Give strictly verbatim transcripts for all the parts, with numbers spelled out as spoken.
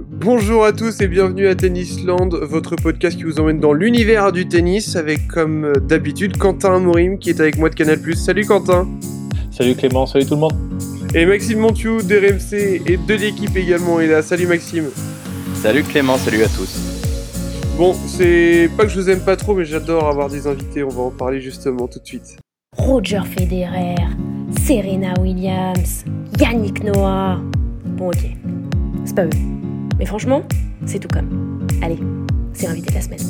Bonjour à tous et bienvenue à Tennisland, votre podcast qui vous emmène dans l'univers du tennis avec, comme d'habitude, Quentin Amorim qui est avec moi de Canal plus. Salut Quentin. Salut Clément, salut tout le monde. Et Maxime Montiou d'R M C et de l'équipe également est là. Salut Maxime. Salut Clément, salut à tous. Bon, c'est pas que je vous aime pas trop, mais j'adore avoir des invités, on va en parler justement tout de suite. Roger Federer, Serena Williams, Yannick Noah. Bon ok, c'est pas eux. Mais franchement, c'est tout comme. Allez, c'est l'invité de la semaine.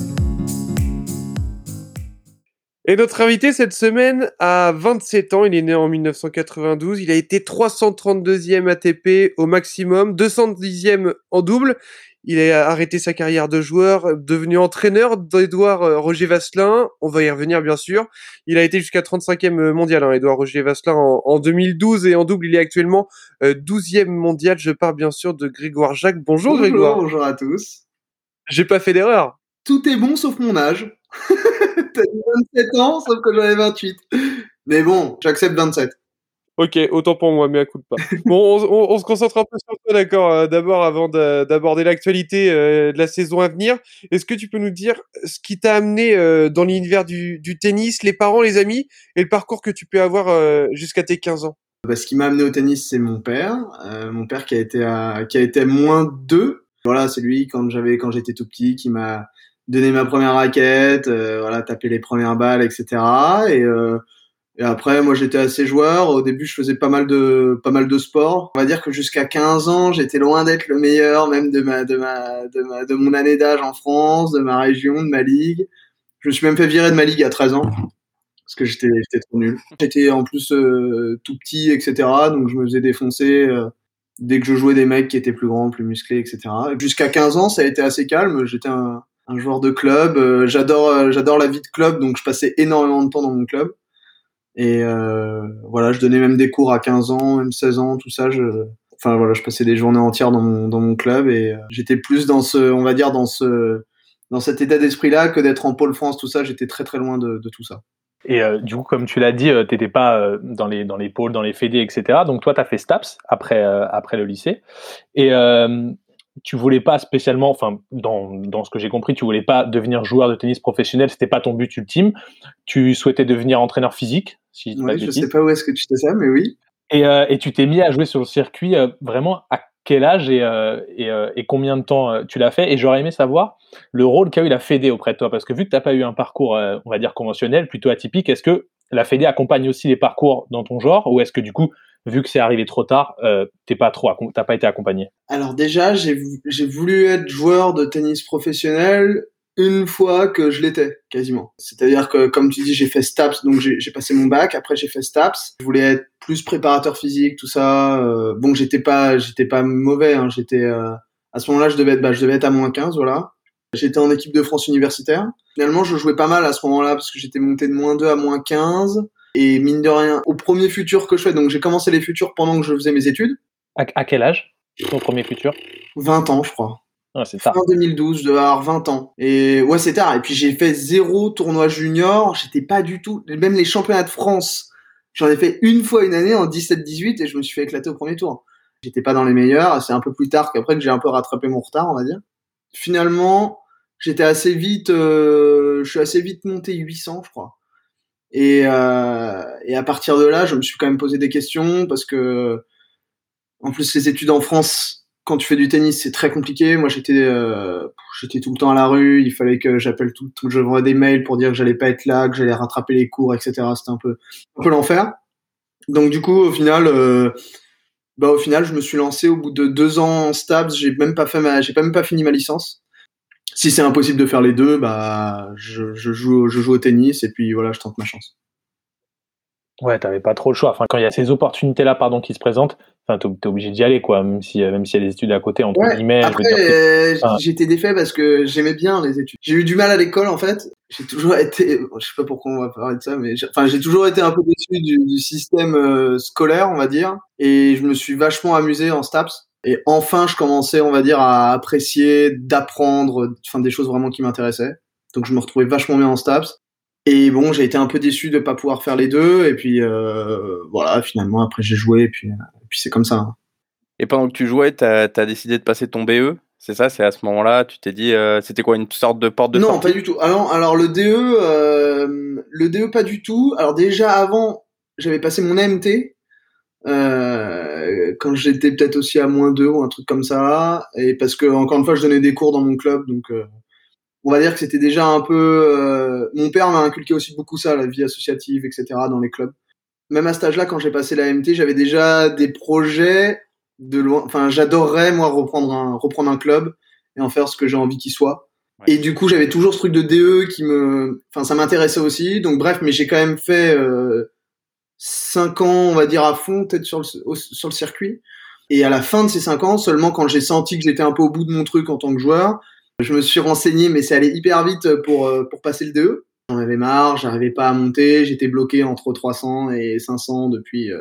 Et notre invité cette semaine a vingt-sept ans, il est né en dix-neuf cent quatre-vingt-douze, il a été trois cent trente-deuxième A T P au maximum, deux cent dixième en double. Il a arrêté sa carrière de joueur, devenu entraîneur d'Édouard Roger Vasselin. On va y revenir, bien sûr. Il a été jusqu'à trente-cinquième mondial, hein, Édouard Roger Vasselin, en, en deux mille douze. Et en double, il est actuellement euh, douzième mondial. Je parle bien sûr de Grégoire Jacques. Bonjour, bonjour Grégoire. Bonjour à tous. J'ai pas fait d'erreur. Tout est bon sauf mon âge. T'as dit vingt-sept ans, sauf que j'en ai vingt-huit. Mais bon, j'accepte vingt-sept. Ok, autant pour moi, mais à coup de pas. Bon, on, on, on se concentre un peu sur toi, d'accord. Euh, d'abord, avant de, d'aborder l'actualité euh, de la saison à venir, est-ce que tu peux nous dire ce qui t'a amené euh, dans l'univers du, du tennis, les parents, les amis, et le parcours que tu peux avoir euh, jusqu'à tes quinze ans? Bah, ce qui m'a amené au tennis, c'est mon père. Euh, mon père qui a été à, qui a été moins deux. Voilà, c'est lui quand j'avais, quand j'étais tout petit, qui m'a donné ma première raquette, euh, voilà, tapé les premières balles, et cetera. Et euh, Et après, moi, j'étais assez joueur. Au début, je faisais pas mal de, pas mal de sport. On va dire que jusqu'à quinze ans, j'étais loin d'être le meilleur, même de ma, de ma, de ma, de mon année d'âge en France, de ma région, de ma ligue. Je me suis même fait virer de ma ligue à treize ans. Parce que j'étais, j'étais trop nul. J'étais en plus, euh, tout petit, et cetera. Donc, je me faisais défoncer, euh, dès que je jouais des mecs qui étaient plus grands, plus musclés, et cetera. Et jusqu'à quinze ans, ça a été assez calme. J'étais un, un joueur de club. Euh, j'adore, euh, j'adore la vie de club. Donc, je passais énormément de temps dans mon club. Et euh, voilà, je donnais même des cours à quinze ans, même seize ans, tout ça. Je, enfin voilà, je passais des journées entières dans mon dans mon club et euh, j'étais plus dans ce, on va dire dans ce, dans cet état d'esprit-là que d'être en pôle France, tout ça. J'étais très très loin de, de tout ça. Et euh, du coup, comme tu l'as dit, euh, t'étais pas euh, dans les dans les pôles, dans les fédés, et cetera. Donc toi, t'as fait STAPS après euh, après le lycée. Et euh, tu voulais pas spécialement, enfin dans dans ce que j'ai compris, tu voulais pas devenir joueur de tennis professionnel, c'était pas ton but ultime. Tu souhaitais devenir entraîneur physique, si je dis pas de Oui, je bêtises. sais pas où est-ce que tu sais ça, mais oui. Et euh, et tu t'es mis à jouer sur le circuit euh, vraiment à quel âge et euh, et, euh, et combien de temps euh, tu l'as fait? Et j'aurais aimé savoir le rôle qu'a eu la Fédé auprès de toi, parce que vu que t'as pas eu un parcours, euh, on va dire conventionnel, plutôt atypique, est-ce que la Fédé accompagne aussi les parcours dans ton genre, ou est-ce que du coup, vu que c'est arrivé trop tard, euh, t'es pas trop, t'as pas été accompagné? Alors déjà, j'ai j'ai voulu être joueur de tennis professionnel une fois que je l'étais, quasiment. C'est-à-dire que, comme tu dis, j'ai fait STAPS, donc j'ai, j'ai passé mon bac. Après, j'ai fait STAPS. Je voulais être plus préparateur physique, tout ça. Euh, bon, j'étais pas, j'étais pas mauvais. Hein. J'étais euh, à ce moment-là, je devais être, bah, je devais être à moins quinze, voilà. J'étais en équipe de France universitaire. Finalement, je jouais pas mal à ce moment-là parce que j'étais monté de moins deux à moins quinze. Et mine de rien, au premier futur que je fais, donc j'ai commencé les futurs pendant que je faisais mes études. À, à quel âge ton premier futur? vingt ans, je crois. Ah, c'est tard. Fin deux mille douze, je devais avoir vingt ans. Et ouais, c'est tard. Et puis j'ai fait zéro tournoi junior. J'étais pas du tout... Même les championnats de France, j'en ai fait une fois une année en dix-sept dix-huit et je me suis fait éclater au premier tour. J'étais pas dans les meilleurs. C'est un peu plus tard qu'après que j'ai un peu rattrapé mon retard, on va dire. Finalement, j'étais assez vite... Euh, je suis assez vite monté huit cents, je crois. Et, euh, et à partir de là, je me suis quand même posé des questions parce que... En plus, les études en France... Quand tu fais du tennis, c'est très compliqué. Moi, j'étais, euh, j'étais tout le temps à la rue. Il fallait que j'appelle tout, tout, je envoie des mails pour dire que j'allais pas être là, que j'allais rattraper les cours, et cetera. C'était un peu, un peu l'enfer. Donc, du coup, au final, euh, bah, au final, je me suis lancé au bout de deux ans en STAPS. J'ai même pas fait ma, j'ai pas même pas fini ma licence. Si c'est impossible de faire les deux, bah, je, je joue, je joue au tennis et puis voilà, je tente ma chance. Ouais, t'avais pas trop le choix. Enfin, quand il y a ces opportunités-là, pardon, qui se présentent, enfin, t'es, t'es obligé d'y aller, quoi. Même si, même s'il y a des études à côté, entre ouais, guillemets. Après, je veux dire que... euh, enfin... j'étais défait parce que j'aimais bien les études. J'ai eu du mal à l'école, en fait. J'ai toujours été, bon, je sais pas pourquoi on va parler de ça, mais j'ai, enfin, j'ai toujours été un peu déçu du, du système euh, scolaire, on va dire. Et je me suis vachement amusé en STAPS. Et enfin, je commençais, on va dire, à apprécier, d'apprendre, enfin, des choses vraiment qui m'intéressaient. Donc, je me retrouvais vachement bien en STAPS. Et bon, j'ai été un peu déçu de pas pouvoir faire les deux. Et puis, euh, voilà, finalement, après, j'ai joué. Et puis, euh, et puis c'est comme ça. Hein. Et pendant que tu jouais, t'as, t'as décidé de passer ton B E. C'est ça, c'est à ce moment-là, tu t'es dit, euh, c'était quoi, une sorte de porte de Non, sortie? pas du tout. Alors, alors le D E, euh, le D E pas du tout. Alors déjà avant, j'avais passé mon A M T euh, quand j'étais peut-être aussi à moins deux ou un truc comme ça, et parce que encore une fois, je donnais des cours dans mon club, donc euh, on va dire que c'était déjà un peu. Euh, mon père m'a inculqué aussi beaucoup ça, la vie associative, et cetera, dans les clubs. Même à cet âge-là, quand j'ai passé l'A M T, j'avais déjà des projets de loin. Enfin, j'adorerais moi reprendre un reprendre un club et en faire ce que j'ai envie qu'il soit. Ouais. Et du coup, j'avais toujours ce truc de D E qui me, enfin, ça m'intéressait aussi. Donc bref, mais j'ai quand même fait euh, cinq ans, on va dire à fond, peut-être sur le au- sur le circuit. Et à la fin de ces cinq ans, seulement quand j'ai senti que j'étais un peu au bout de mon truc en tant que joueur, je me suis renseigné, mais c'est allé hyper vite pour euh, pour passer le D E. J'en avais marre, j'arrivais pas à monter, j'étais bloqué entre trois cents et cinq cents depuis, euh,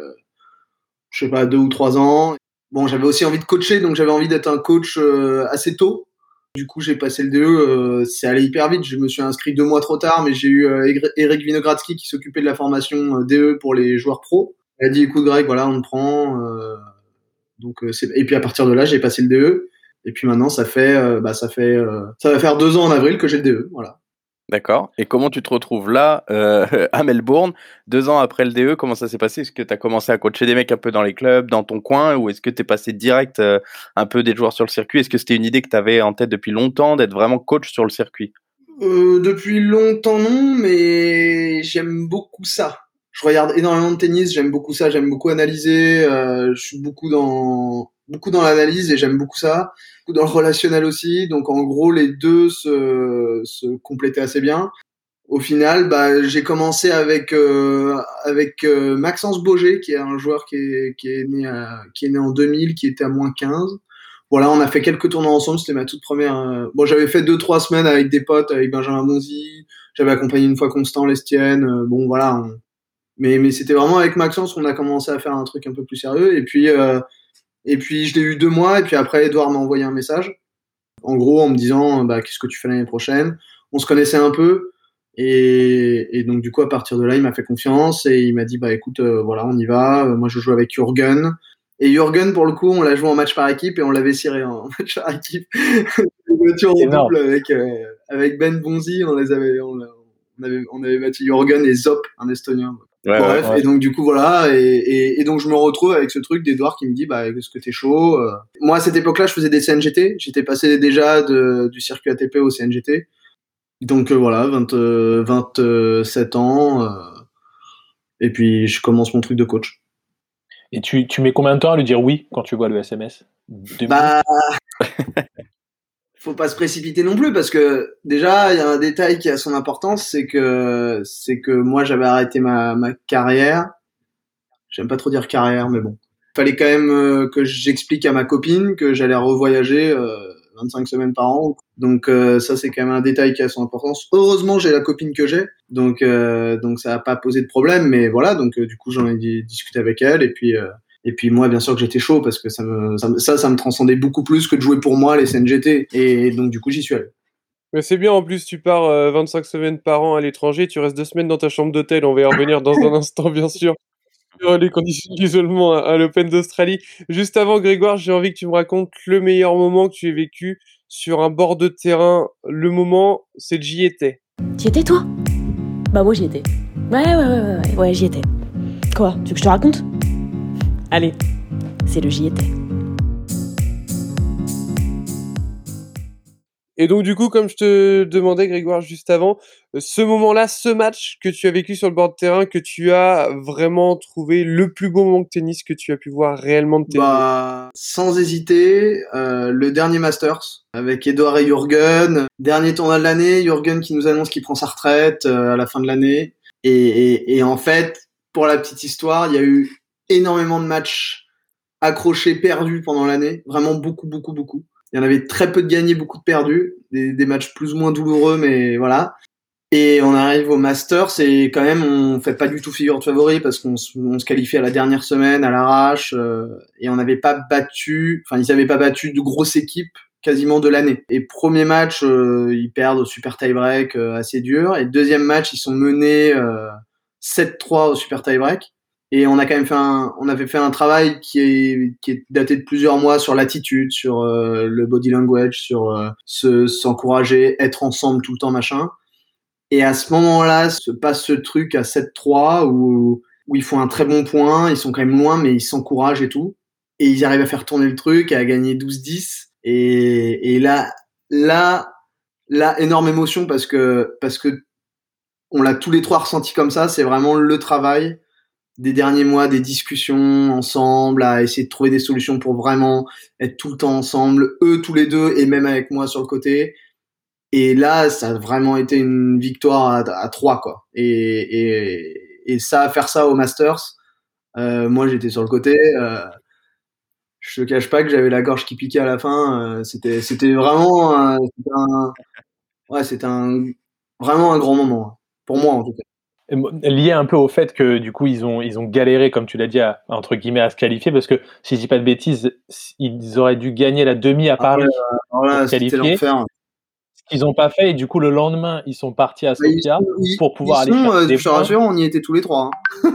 je sais pas, deux ou trois ans. Bon, j'avais aussi envie de coacher, donc j'avais envie d'être un coach euh, assez tôt. Du coup, j'ai passé le D E, euh, c'est allé hyper vite. Je me suis inscrit deux mois trop tard, mais j'ai eu euh, Eric Winogradsky qui s'occupait de la formation euh, D E pour les joueurs pros. Il a dit, écoute Greg, voilà, on te prend. Euh, donc, euh, c'est... Et puis à partir de là, j'ai passé le D E. Et puis maintenant, ça fait, euh, bah, ça fait, euh, ça va faire deux ans en avril que j'ai le D E. Voilà. D'accord. Et comment tu te retrouves là, euh, à Melbourne, deux ans après le D E, comment ça s'est passé? Est-ce que tu as commencé à coacher des mecs un peu dans les clubs, dans ton coin, ou est-ce que tu es passé direct euh, un peu des joueurs sur le circuit? Est-ce que c'était une idée que tu avais en tête depuis longtemps d'être vraiment coach sur le circuit? Euh, depuis longtemps non, mais j'aime beaucoup ça. Je regarde énormément de tennis, j'aime beaucoup ça, j'aime beaucoup analyser, euh, je suis beaucoup dans beaucoup dans l'analyse et j'aime beaucoup ça, beaucoup dans le relationnel aussi. Donc en gros les deux se se complétaient assez bien. Au final, bah j'ai commencé avec euh, avec euh, Maxence Boger qui est un joueur qui est qui est né à, qui est né en deux mille, qui était à moins quinze. Voilà, on a fait quelques tournois ensemble, c'était ma toute première. Euh... Bon, j'avais fait deux trois semaines avec des potes, avec Benjamin Bonzi, j'avais accompagné une fois Constant Lestienne. Euh, bon, voilà. On... Mais mais c'était vraiment avec Maxence qu'on a commencé à faire un truc un peu plus sérieux. Et puis euh... et puis je l'ai eu deux mois. Et puis après, Edouard m'a envoyé un message, en gros en me disant bah qu'est-ce que tu fais l'année prochaine. On se connaissait un peu. Et, et donc du coup à partir de là, il m'a fait confiance et il m'a dit bah écoute, euh, voilà, on y va. Euh, moi, je joue avec Jürgen. Et Jürgen, pour le coup, on l'a joué en match par équipe et on l'avait ciré en match par équipe. Une voiture en double avec, euh, avec Ben Bonzi, on les avait, on, on avait, on avait battu Jürgen et Zop, un Estonien. Ouais, Bref, ouais, ouais. et donc du coup voilà, et, et, et donc je me retrouve avec ce truc d'Edouard qui me dit bah est-ce que t'es chaud? euh. Moi à cette époque-là, je faisais des C N G T, j'étais passé déjà de, du circuit A T P au C N G T. Donc euh, voilà, vingt, euh, vingt-sept ans, euh, et puis je commence mon truc de coach. Et tu, tu mets combien de temps à lui dire oui quand tu vois le S M S? Deux Bah, faut pas se précipiter non plus parce que déjà il y a un détail qui a son importance, c'est que c'est que moi j'avais arrêté ma ma carrière. J'aime pas trop dire carrière, mais bon. Fallait quand même euh, que j'explique à ma copine que j'allais revoyager euh, vingt-cinq semaines par an. Donc euh, ça c'est quand même un détail qui a son importance. Heureusement j'ai la copine que j'ai, donc euh, donc ça a pas posé de problème. Mais voilà, donc euh, du coup j'en ai d- discuté avec elle et puis euh, et puis moi bien sûr que j'étais chaud parce que ça me ça, me- ça ça me transcendait beaucoup plus que de jouer pour moi les C N G T. Et donc du coup j'y suis allé. Mais c'est bien, en plus, tu pars euh, vingt-cinq semaines par an à l'étranger, tu restes deux semaines dans ta chambre d'hôtel, on va y revenir dans un instant, bien sûr, sur les conditions d'isolement à, à l'Open d'Australie. Juste avant, Grégoire, j'ai envie que tu me racontes le meilleur moment que tu aies vécu sur un bord de terrain. Le moment, c'est le j'y étais. T'y étais, toi? Bah, moi, j'y étais. Ouais, ouais, ouais, ouais, ouais, ouais, j'y étais. Quoi? Tu veux que je te raconte? Allez, c'est le j'y étais. Et donc, du coup, comme je te demandais, Grégoire, juste avant, euh, ce moment-là, ce match que tu as vécu sur le bord de terrain, que tu as vraiment trouvé le plus beau moment de tennis que tu as pu voir réellement de tes yeux. Bah, sans hésiter, euh, le dernier Masters avec Edouard et Jürgen. Dernier tournoi de l'année, Jürgen qui nous annonce qu'il prend sa retraite euh, à la fin de l'année. Et, et, et en fait, pour la petite histoire, il y a eu énormément de matchs accrochés, perdus pendant l'année. Vraiment beaucoup, beaucoup, beaucoup. Il y en avait très peu de gagnés, beaucoup de perdus. Des, des matchs plus ou moins douloureux, mais voilà. Et on arrive au Masters et quand même on fait pas du tout figure de favori parce qu'on se, on se qualifie à la dernière semaine à l'arrache euh, et on n'avait pas battu, enfin ils avaient pas battu de grosses équipes quasiment de l'année. Et premier match euh, ils perdent au super tie-break euh, assez dur et deuxième match ils sont menés euh, sept trois au super tie-break Et on a quand même fait un, on avait fait un travail qui est, qui est daté de plusieurs mois sur l'attitude, sur euh, le body language, sur euh, se, s'encourager, être ensemble tout le temps, machin. Et à ce moment-là, se passe ce truc à sept trois où, où ils font un très bon point, ils sont quand même loin, mais ils s'encouragent et tout. Et ils arrivent à faire tourner le truc, à gagner douze dix. Et, et là, là, là, énorme émotion parce que, parce que on l'a tous les trois ressenti comme ça. C'est vraiment le travail des derniers mois, des discussions ensemble, à essayer de trouver des solutions pour vraiment être tout le temps ensemble, eux tous les deux et même avec moi sur le côté. Et là, ça a vraiment été une victoire à, à trois, quoi. Et, et, et ça, faire ça au Masters, euh, moi j'étais sur le côté. Euh, je te cache pas que j'avais la gorge qui piquait à la fin. Euh, c'était, c'était vraiment, euh, c'était un, ouais, c'était un, vraiment un grand moment pour moi en tout cas. Lié un peu au fait que du coup ils ont ils ont galéré, comme tu l'as dit, à, entre guillemets à se qualifier, parce que si je dis pas de bêtises, ils auraient dû gagner la demi à Paris ah ouais, pour se qualifier. Ce qu'ils n'ont pas fait, et du coup le lendemain ils sont partis à Sofia bah, ils, pour pouvoir ils aller sont, faire euh, des je te rassure, on y était tous les trois. Hein.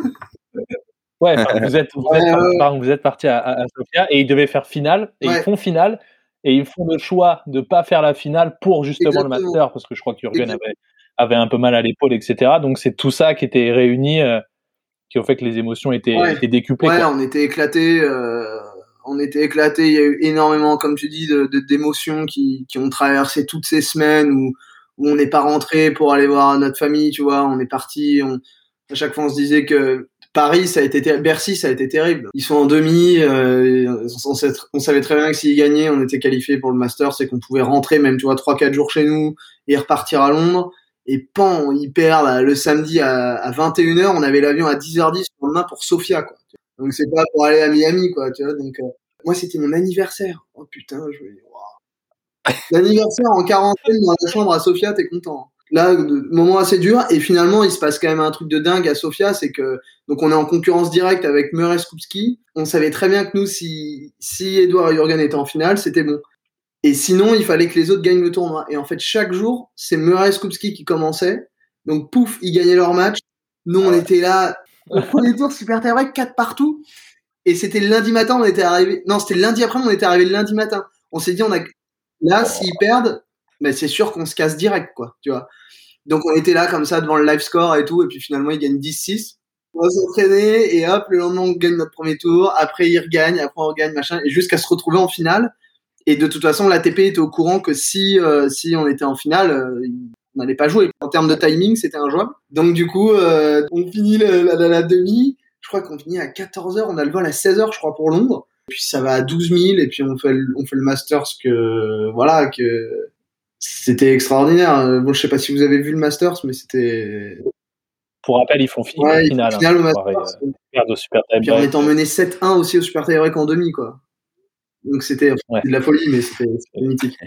Ouais, vous êtes vous êtes, ouais, pardon, vous êtes partis à, à, à Sofia et ils devaient faire finale et ouais. Ils font finale et ils font le choix de pas faire la finale pour justement Exactement. Le Master, parce que je crois que Jürgen avait avait un peu mal à l'épaule, et cetera. Donc c'est tout ça qui était réuni, euh, qui ont fait que les émotions étaient, ouais. étaient décuplées. Ouais, quoi. on était éclatés. Euh, on était éclatés. Il y a eu énormément, comme tu dis, de, de, d'émotions qui, qui ont traversé toutes ces semaines où, où on n'est pas rentré pour aller voir notre famille. Tu vois, on est parti. On, à chaque fois, on se disait que Paris, ça a été ter- Bercy, ça a été terrible. Ils sont en demi. Euh, on, on savait très bien que s'ils gagnaient, on était qualifiés pour le Master, c'est qu'on pouvait rentrer même, tu vois, trois quatre jours chez nous et repartir à Londres. Et pan, ils perdent le samedi à, à vingt et une heures, on avait l'avion à dix heures dix le lendemain pour Sofia, quoi. Donc c'est pas pour aller à Miami, quoi, tu vois. Donc euh, moi c'était mon anniversaire. Oh putain, je vais wow. L'anniversaire en quarantaine dans la chambre à Sofia, t'es content. Là, moment assez dur, et finalement il se passe quand même un truc de dingue à Sofia, c'est que donc on est en concurrence directe avec Murray Skupski. On savait très bien que nous, si si Edouard et Jürgen étaient en finale, c'était bon. Et sinon, il fallait que les autres gagnent le tournoi. Et en fait, chaque jour, c'est Murray Skupski qui commençait. Donc, pouf, ils gagnaient leur match. Nous, on était là, au premier tour, super tie-break, quatre partout. Et c'était le lundi matin, on était arrivé. Non, c'était le lundi après, on était arrivé le lundi matin. On s'est dit, on a là, s'ils perdent, ben, c'est sûr qu'on se casse direct, quoi, tu vois. Donc, on était là, comme ça, devant le live score et tout. Et puis, finalement, ils gagnent dix six. On va s'entraîner. Et hop, le lendemain, on gagne notre premier tour. Après, ils regagnent. Après, on regagne, machin. Et jusqu'à se retrouver en finale. Et de toute façon, l'A T P était au courant que si euh, si on était en finale, euh, on n'allait pas jouer. En termes de timing, c'était injouable. Donc du coup, euh, on finit le, la, la, la demi. Je crois qu'on finit à quatorze heures. On a le vol à seize heures, je crois, pour Londres. Puis ça va à douze mille. Et puis on fait le, on fait le Masters que voilà que c'était extraordinaire. Bon, je sais pas si vous avez vu le Masters, mais c'était. Pour rappel, ils font fi- ouais, finale. Ils finale hein, au Masters. Euh, perdre au super tie-break. Puis en étant mené sept un aussi au super tie-break en demi, quoi. Donc c'était, enfin, ouais. de la folie, mais c'était, c'était mythique.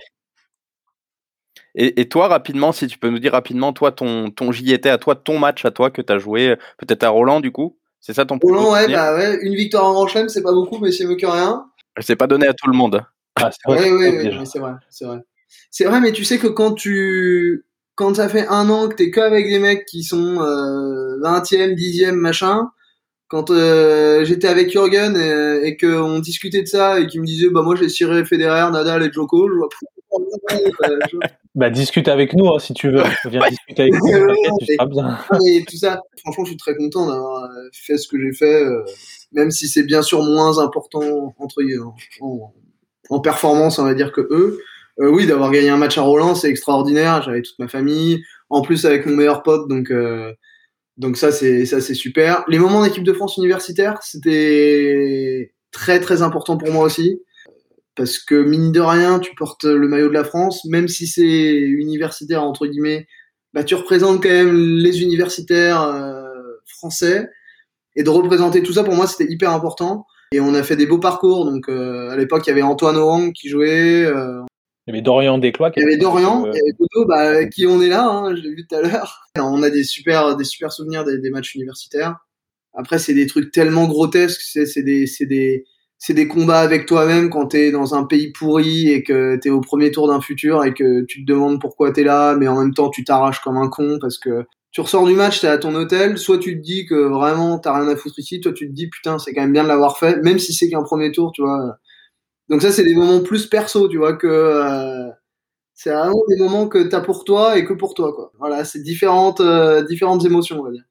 Et, et toi, rapidement, si tu peux nous dire rapidement, toi, ton, ton J T à toi, ton match à toi que tu as joué, peut-être à Roland du coup, c'est ça ton plus Roland, ouais, bah ouais, une victoire en Grand Chelem, c'est pas beaucoup, mais c'est mieux que rien. C'est pas donné à tout le monde. Ah, c'est vrai, oui, oui, oui, c'est vrai, c'est vrai. C'est vrai, mais tu sais que quand tu, quand ça fait un an que t'es qu'avec des mecs qui sont euh, vingtième, dixième, machin. Quand euh, j'étais avec Jürgen et, et qu'on discutait de ça et qu'il me disait bah moi j'ai ciré Federer, Nadal et Djoko, je vois je... bah discute avec nous hein, si tu veux, viens discuter avec nous, t'inquiète, tu seras bien. Et tout ça, franchement je suis très content d'avoir fait ce que j'ai fait, euh, même si c'est bien sûr moins important entre en, en performance on va dire que eux. Euh, oui, d'avoir gagné un match à Roland c'est extraordinaire, j'avais toute ma famille, en plus avec mon meilleur pote donc. Euh, Donc ça c'est ça c'est super. Les moments d'équipe de France universitaire, c'était très très important pour moi aussi parce que mine de rien, tu portes le maillot de la France, même si c'est universitaire entre guillemets, bah tu représentes quand même les universitaires euh, français et de représenter tout ça pour moi c'était hyper important. Et on a fait des beaux parcours donc euh, à l'époque il y avait Antoine Orang qui jouait. Euh, Il y avait Dorian Desclois. Il y avait Dorian, il y avait Dodo, bah, avec qui on est là, hein, je l'ai vu tout à l'heure. On a des super, des super souvenirs des, des matchs universitaires. Après, c'est des trucs tellement grotesques, c'est, c'est des, c'est des, c'est des combats avec toi-même quand t'es dans un pays pourri et que t'es au premier tour d'un futur et que tu te demandes pourquoi t'es là, mais en même temps tu t'arraches comme un con parce que tu ressors du match, t'es à ton hôtel, soit tu te dis que vraiment t'as rien à foutre ici, toi tu te dis putain c'est quand même bien de l'avoir fait, même si c'est qu'un premier tour, tu vois. Donc ça c'est des moments plus perso, tu vois, que euh, c'est vraiment des moments que t'as pour toi et que pour toi, quoi. Voilà, c'est différentes euh, différentes émotions, on va dire.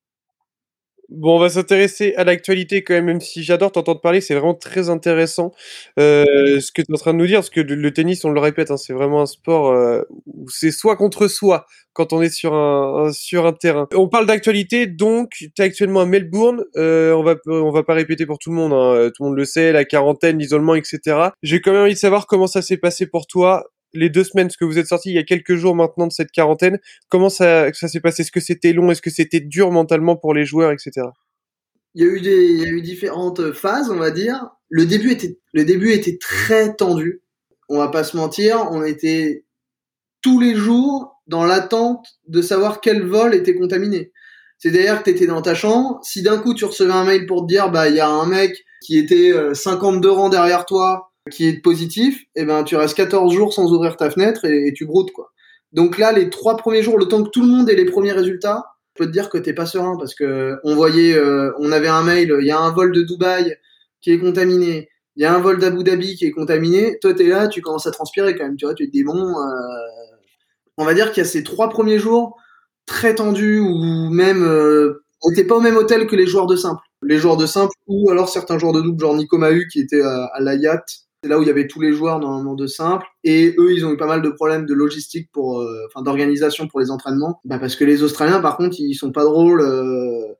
Bon, on va s'intéresser à l'actualité quand même, même si j'adore t'entendre parler, c'est vraiment très intéressant euh, ce que tu es en train de nous dire, parce que le, le tennis, on le répète, hein, c'est vraiment un sport euh, où c'est soi contre soi quand on est sur un, un- sur un terrain. On parle d'actualité, donc tu es actuellement à Melbourne, euh, on va on va pas répéter pour tout le monde, hein, tout le monde le sait, la quarantaine, l'isolement, et cetera. J'ai quand même envie de savoir comment ça s'est passé pour toi. Les deux semaines, parce que vous êtes sortis il y a quelques jours maintenant de cette quarantaine, comment ça, ça s'est passé? Est-ce que c'était long? Est-ce que c'était dur mentalement pour les joueurs, et cetera? Il y a eu des, il y a eu différentes phases, on va dire. Le début était, le début était très tendu. On va pas se mentir, on était tous les jours dans l'attente de savoir quel vol était contaminé. C'est-à-dire que tu étais dans ta chambre, si d'un coup tu recevais un mail pour te dire bah il y a un mec qui était euh, cinquante-deux rangs derrière toi qui est positif, et ben tu restes quatorze jours sans ouvrir ta fenêtre et, et tu broutes, quoi. Donc là les trois premiers jours, le temps que tout le monde ait les premiers résultats, je peux te dire que t'es pas serein parce que on voyait euh, on avait un mail, il y a un vol de Dubaï qui est contaminé, il y a un vol d'Abu Dhabi qui est contaminé, toi t'es là, tu commences à transpirer quand même, tu vois, tu te dis bon euh, on va dire qu'il y a ces trois premiers jours très tendus où même euh, on n'était pas au même hôtel que les joueurs de simple. Les joueurs de simple ou alors certains joueurs de double, genre Nico Mahut qui était à, à l'Ayat. C'est là où il y avait tous les joueurs normalement de simple. Et eux, ils ont eu pas mal de problèmes de logistique pour, euh, enfin d'organisation pour les entraînements. Bah parce que les Australiens, par contre, ils sont pas drôles. Euh,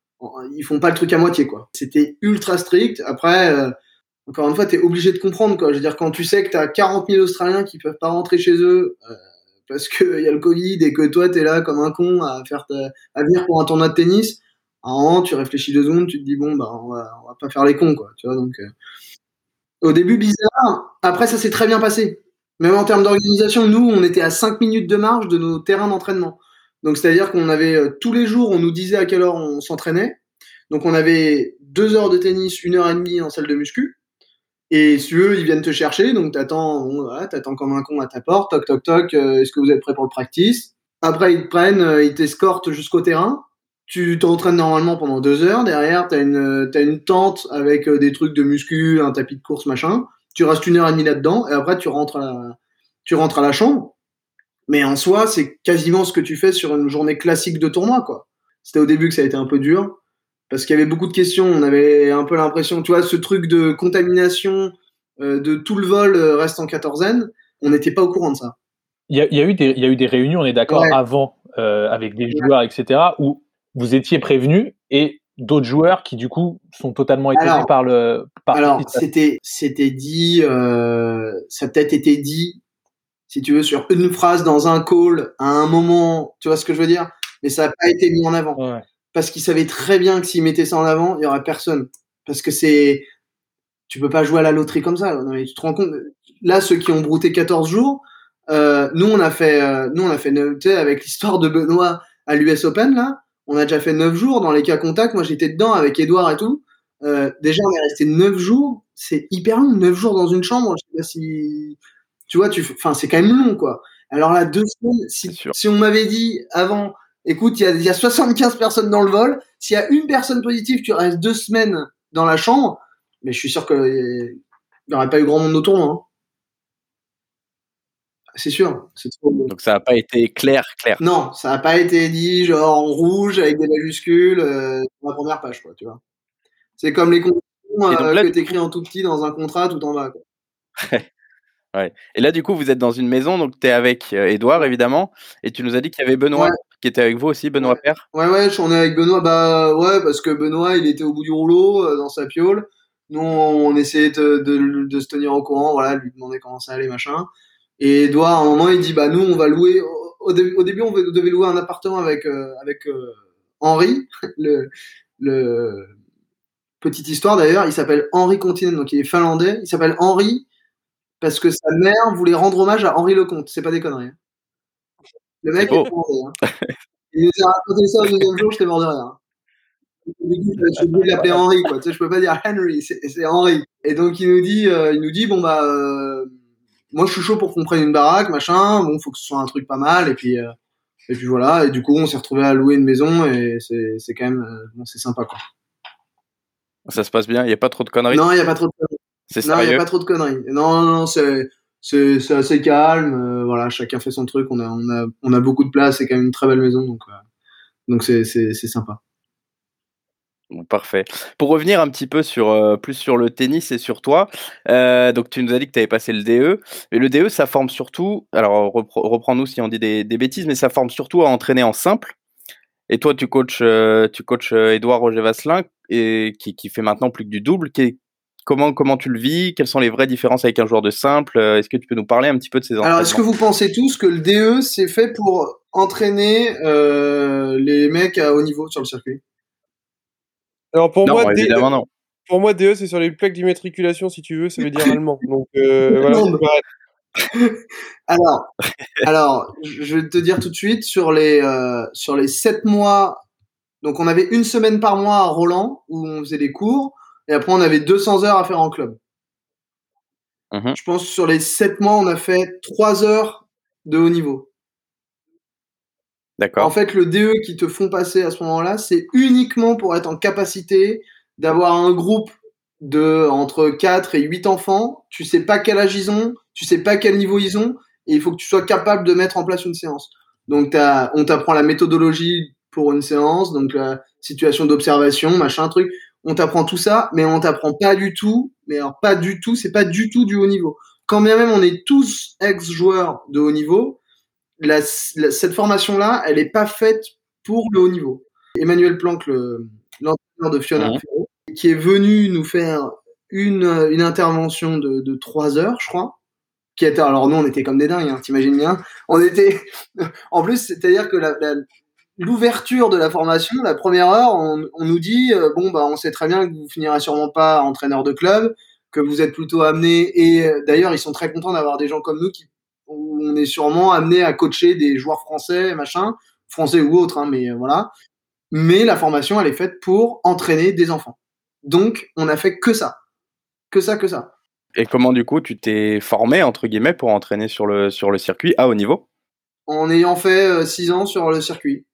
ils font pas le truc à moitié, quoi. C'était ultra strict. Après. Euh, encore une fois, t'es obligé de comprendre, quoi. Je veux dire, quand tu sais que t'as quarante mille Australiens qui peuvent pas rentrer chez eux, euh, parce que y a le Covid et que toi t'es là comme un con à faire ta, à venir pour un tournoi de tennis, à un moment, tu réfléchis deux secondes, tu te dis bon bah on va, on va pas faire les cons, quoi, tu vois. Donc euh, au début bizarre, après ça s'est très bien passé. Même en termes d'organisation, nous on était à cinq minutes de marge de nos terrains d'entraînement. Donc c'est-à-dire qu'on avait euh, tous les jours, on nous disait à quelle heure on s'entraînait. Donc on avait deux heures de tennis, une heure et demie en salle de muscu. Et si eux, ils viennent te chercher, donc t'attends, bon, voilà, t'attends comme un con à ta porte, toc toc toc, euh, est-ce que vous êtes prêts pour le practice? Après, ils te prennent, euh, ils t'escortent jusqu'au terrain. Tu t'entraînes normalement pendant deux heures. Derrière, t'as une, t'as une tente avec euh, des trucs de muscu, un tapis de course, machin. Tu restes une heure et demie là-dedans, et après, tu rentres à la, tu rentres à la chambre. Mais en soi, c'est quasiment ce que tu fais sur une journée classique de tournoi, quoi. C'était au début que ça a été un peu dur. Parce qu'il y avait beaucoup de questions, on avait un peu l'impression, tu vois, ce truc de contamination euh, de tout le vol euh, reste en quatorzaine, on n'était pas au courant de ça. Il y a, il y a eu des, il y a eu des réunions, on est d'accord, Ouais. avant, euh, avec des Ouais. joueurs, et cetera, où vous étiez prévenus et d'autres joueurs qui, du coup, sont totalement étonnés Alors, par le. Par Alors, ce qui se passe. c'était, c'était dit, euh, ça a peut-être été dit, si tu veux, sur une phrase dans un call, à un moment, tu vois ce que je veux dire? Mais ça n'a pas été mis en avant. Ouais. Parce qu'ils savaient très bien que s'ils mettaient ça en avant, il y aurait personne. Parce que c'est, tu peux pas jouer à la loterie comme ça. Non, mais tu te rends compte, là, ceux qui ont brouté quatorze jours, euh, nous, on a fait, euh, nous, on a fait, tu sais, avec l'histoire de Benoît à l'U S Open, là, on a déjà fait neuf jours dans les cas contacts. Moi, j'étais dedans avec Edouard et tout. Euh, déjà, on est resté neuf jours. C'est hyper long, neuf jours dans une chambre. Je sais pas si, tu vois, tu, enfin, c'est quand même long, quoi. Alors là, deux semaines, si, si on m'avait dit avant, écoute, il y a, y a soixante-quinze personnes dans le vol. S'il y a une personne positive, tu restes deux semaines dans la chambre. Mais je suis sûr qu'il n'y aurait pas eu grand monde autour, hein. C'est sûr. C'est trop... Donc ça n'a pas été clair, clair. Non, ça n'a pas été dit genre en rouge avec des majuscules euh, sur la première page, quoi, tu vois. C'est comme les conditions euh, que tu écris en tout petit dans un contrat tout en bas, quoi. Ouais. Et là, du coup, vous êtes dans une maison, donc tu es avec euh, Edouard, évidemment, et tu nous as dit qu'il y avait Benoît Ouais. qui était avec vous aussi, Benoît Ouais. Père. Ouais, ouais, on est avec Benoît, bah ouais, parce que Benoît, il était au bout du rouleau, euh, dans sa piole. Nous, on essayait de, de, de se tenir au courant, voilà, lui demander comment ça allait, machin. Et Edouard, à un moment, il dit, bah nous, on va louer, au, au, début, au début, on devait louer un appartement avec, euh, avec euh, Henri, le, le, petite histoire d'ailleurs, il s'appelle Henri Continen, donc il est finlandais, il s'appelle Henri, parce que sa mère voulait rendre hommage à Henri Lecomte, c'est pas des conneries. Le mec est finlandais, hein. Il nous a raconté ça au deuxième jour, j'étais mort de rire. Je suis obligé de l'appeler Henri, quoi. Tu sais, je peux pas dire Henry, c'est, c'est Henri. Et donc il nous dit, euh, il nous dit, bon bah, euh, moi je suis chaud pour qu'on prenne une baraque, machin. Bon, faut que ce soit un truc pas mal. Et puis, euh, Et puis voilà, et du coup, on s'est retrouvé à louer une maison et c'est, c'est quand même, euh, bon, c'est sympa, quoi. Ça se passe bien, il n'y a pas trop de conneries. Non, il n'y a pas trop de conneries. C'est Non, il n'y a sérieux. pas trop de conneries. Non, non, non, c'est, c'est, c'est assez calme. euh, voilà, chacun fait son truc. On a, on a, on a beaucoup de place. C'est quand même une très belle maison, donc, euh, donc c'est, c'est, c'est sympa. Bon, parfait. Pour revenir un petit peu sur euh, plus sur le tennis et sur toi, euh, donc tu nous as dit que tu avais passé le D E, mais le D E ça forme surtout, alors repre- reprends-nous si on dit des, des bêtises, mais ça forme surtout à entraîner en simple. Et toi tu coaches euh, tu coaches euh, Édouard Roger Vasselin et qui, qui fait maintenant plus que du double. Qui, comment comment tu le vis? Quelles sont les vraies différences avec un joueur de simple? Euh, Est-ce que tu peux nous parler un petit peu de ces entraînements? Alors, est-ce que vous pensez tous que le D E c'est fait pour entraîner euh, les mecs à haut niveau sur le circuit? Alors pour Non, moi, D- évidemment non. pour moi, D E, c'est sur les plaques d'immatriculation, si tu veux, ça veut dire allemand. Donc euh, voilà, Non, faut mais- pas arrêter. Alors, alors, je vais te dire tout de suite sur les euh, sur les sept mois. Donc, on avait une semaine par mois à Roland où on faisait des cours, et après on avait deux cents heures à faire en club. Mhm. Je pense que sur les sept mois, on a fait trois heures de haut niveau. D'accord. En fait, le D E qui te font passer à ce moment-là, c'est uniquement pour être en capacité d'avoir un groupe de entre quatre et huit enfants. Tu sais pas quel âge ils ont, tu sais pas quel niveau ils ont, et il faut que tu sois capable de mettre en place une séance. Donc, t'as, on t'apprend la méthodologie pour une séance, donc la situation d'observation, machin, truc. On t'apprend tout ça, mais on t'apprend pas du tout, mais alors pas du tout, c'est pas du tout du haut niveau. Quand bien même on est tous ex-joueurs de haut niveau, la, la, cette formation-là, elle est pas faite pour le haut niveau. Emmanuel Planck, le, l'entraîneur de Fiona Mhm. Ferro, qui est venu nous faire une, une intervention de, de trois heures, je crois. Qui était, alors nous, on était comme des dingues, hein, t'imagines bien. On était, en plus, c'est-à-dire que la, la, l'ouverture de la formation, la première heure, on, on nous dit, euh, bon, bah, on sait très bien que vous finirez sûrement pas entraîneur de club, que vous êtes plutôt amené, et euh, d'ailleurs, ils sont très contents d'avoir des gens comme nous qui, où on est sûrement amené à coacher des joueurs français, machin, français ou autres, hein, mais euh, voilà. Mais la formation, elle est faite pour entraîner des enfants. Donc, on a fait que ça. Que ça, que ça. Et comment du coup tu t'es formé entre guillemets pour entraîner sur le sur le circuit à haut niveau? En ayant fait euh, six ans sur le circuit.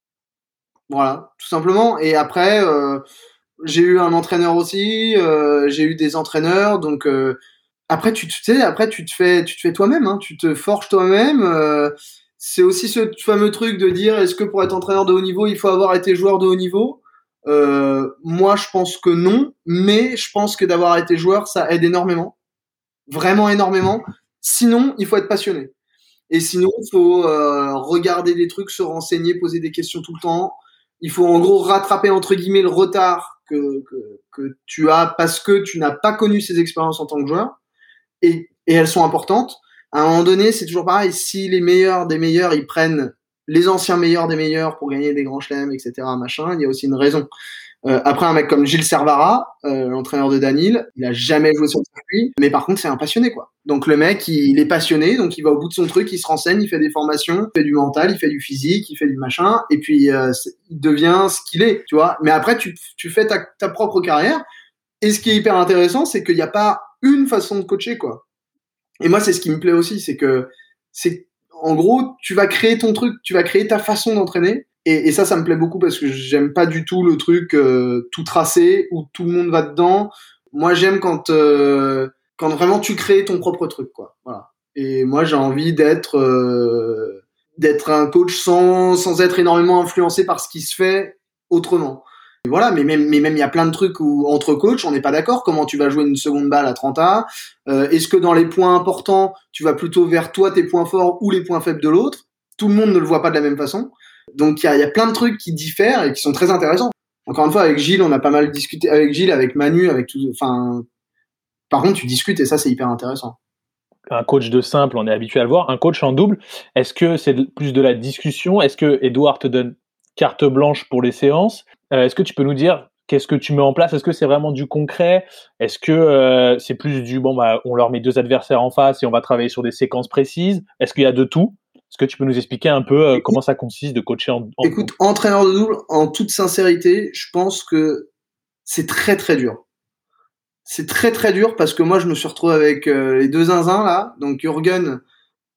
Voilà, tout simplement. Et après, euh, j'ai eu un entraîneur aussi, euh, j'ai eu des entraîneurs, donc euh, après tu, tu sais, après tu te fais, tu te fais toi-même, hein, tu te forges toi-même. Euh, c'est aussi ce fameux truc de dire est-ce que pour être entraîneur de haut niveau, il faut avoir été joueur de haut niveau? Euh, moi, je pense que non, mais je pense que d'avoir été joueur, ça aide énormément, vraiment énormément. Sinon, il faut être passionné. Et sinon, il faut euh, regarder des trucs, se renseigner, poser des questions tout le temps. Il faut en gros rattraper entre guillemets le retard que, que, que tu as parce que tu n'as pas connu ces expériences en tant que joueur. Et, et elles sont importantes. À un moment donné, c'est toujours pareil. Si les meilleurs des meilleurs, ils prennent les anciens meilleurs des meilleurs pour gagner des grands chelems, et cetera, machin, il y a aussi une raison. Euh, après, un mec comme Gilles Servara, euh, l'entraîneur de Danil, il a jamais joué sur le circuit, mais par contre, c'est un passionné, quoi. Donc le mec, il, il est passionné, donc il va au bout de son truc, il se renseigne, il fait des formations, il fait du mental, il fait du physique, il fait du machin, et puis euh, il devient ce qu'il est, tu vois. Mais après, tu, tu fais ta, ta propre carrière, et ce qui est hyper intéressant, c'est qu'il n'y a pas une façon de coacher, quoi. Et moi, c'est ce qui me plaît aussi, c'est que, c'est, en gros, tu vas créer ton truc, tu vas créer ta façon d'entraîner. Et, et ça, ça me plaît beaucoup parce que j'aime pas du tout le truc euh, tout tracé où tout le monde va dedans. Moi, j'aime quand, euh, quand vraiment tu crées ton propre truc, quoi. Voilà. Et moi, j'ai envie d'être, euh, d'être un coach sans, sans être énormément influencé par ce qui se fait autrement. Et voilà, mais même, mais même il y a plein de trucs où entre coachs, on n'est pas d'accord. Comment tu vas jouer une seconde balle à trente A? Euh, est-ce que dans les points importants, tu vas plutôt vers toi tes points forts ou les points faibles de l'autre? Tout le monde ne le voit pas de la même façon. Donc il y a, y a plein de trucs qui diffèrent et qui sont très intéressants. Encore une fois, avec Gilles, on a pas mal discuté. Avec Gilles, avec Manu, avec tout. Enfin, par contre, tu discutes et ça, c'est hyper intéressant. Un coach de simple, on est habitué à le voir. Un coach en double, est-ce que c'est plus de la discussion? Est-ce que Édouard te donne carte blanche pour les séances? euh, Est-ce que tu peux nous dire qu'est-ce que tu mets en place? Est-ce que c'est vraiment du concret? Est-ce que euh, c'est plus du bon, bah, on leur met deux adversaires en face et on va travailler sur des séquences précises? Est-ce qu'il y a de tout? Est-ce que tu peux nous expliquer un peu euh, comment ça consiste de coacher en, en Écoute, entraîneur de double, en toute sincérité, je pense que c'est très très dur. C'est très très dur parce que moi, je me suis retrouvé avec euh, les deux zinzins là, donc Jürgen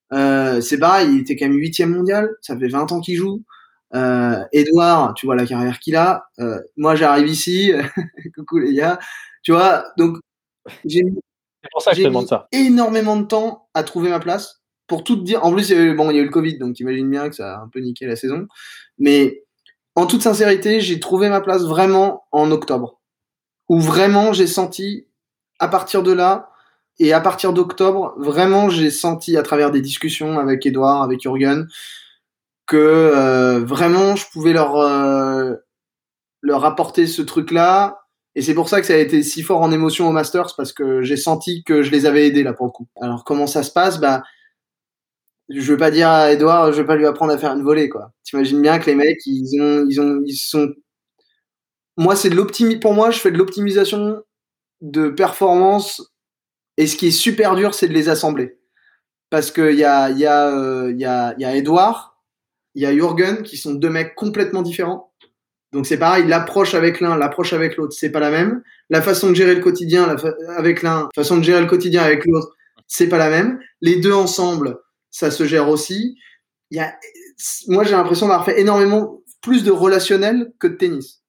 Euh, c'est pareil, il était quand même huitième mondial, ça fait vingt ans qu'il joue. Euh, Edouard, tu vois la carrière qu'il a. Euh, moi, j'arrive ici, coucou les gars. Tu vois, donc j'ai mis, C'est pour ça que je j'ai te demande mis ça. énormément de temps à trouver ma place. Pour tout te dire, en plus, il y a eu, bon, il y a eu le Covid, donc t'imagines bien que ça a un peu niqué la saison. Mais en toute sincérité, j'ai trouvé ma place vraiment en octobre, où vraiment j'ai senti, à partir de là, et à partir d'octobre, vraiment j'ai senti à travers des discussions avec Edouard, avec Jürgen, que euh, vraiment je pouvais leur euh, leur apporter ce truc-là. Et c'est pour ça que ça a été si fort en émotion au Masters, parce que j'ai senti que je les avais aidés là pour le coup. Alors comment ça se passe? Bah, je veux pas dire à Edouard, je veux pas lui apprendre à faire une volée, quoi. T'imagines bien que les mecs, ils ont, ils ont, ils sont. Moi, c'est de l'optimi. Pour moi, je fais de l'optimisation de performance. Et ce qui est super dur, c'est de les assembler. Parce que il y a, il y a, euh, il y a, il y a Edouard, il y a Jürgen, qui sont deux mecs complètement différents. Donc c'est pareil, l'approche avec l'un, l'approche avec l'autre, c'est pas la même. La façon de gérer le quotidien la fa- avec l'un, la façon de gérer le quotidien avec l'autre, c'est pas la même. Les deux ensemble, ça se gère aussi. Il y a, moi j'ai l'impression d'avoir fait énormément plus de relationnel que de tennis.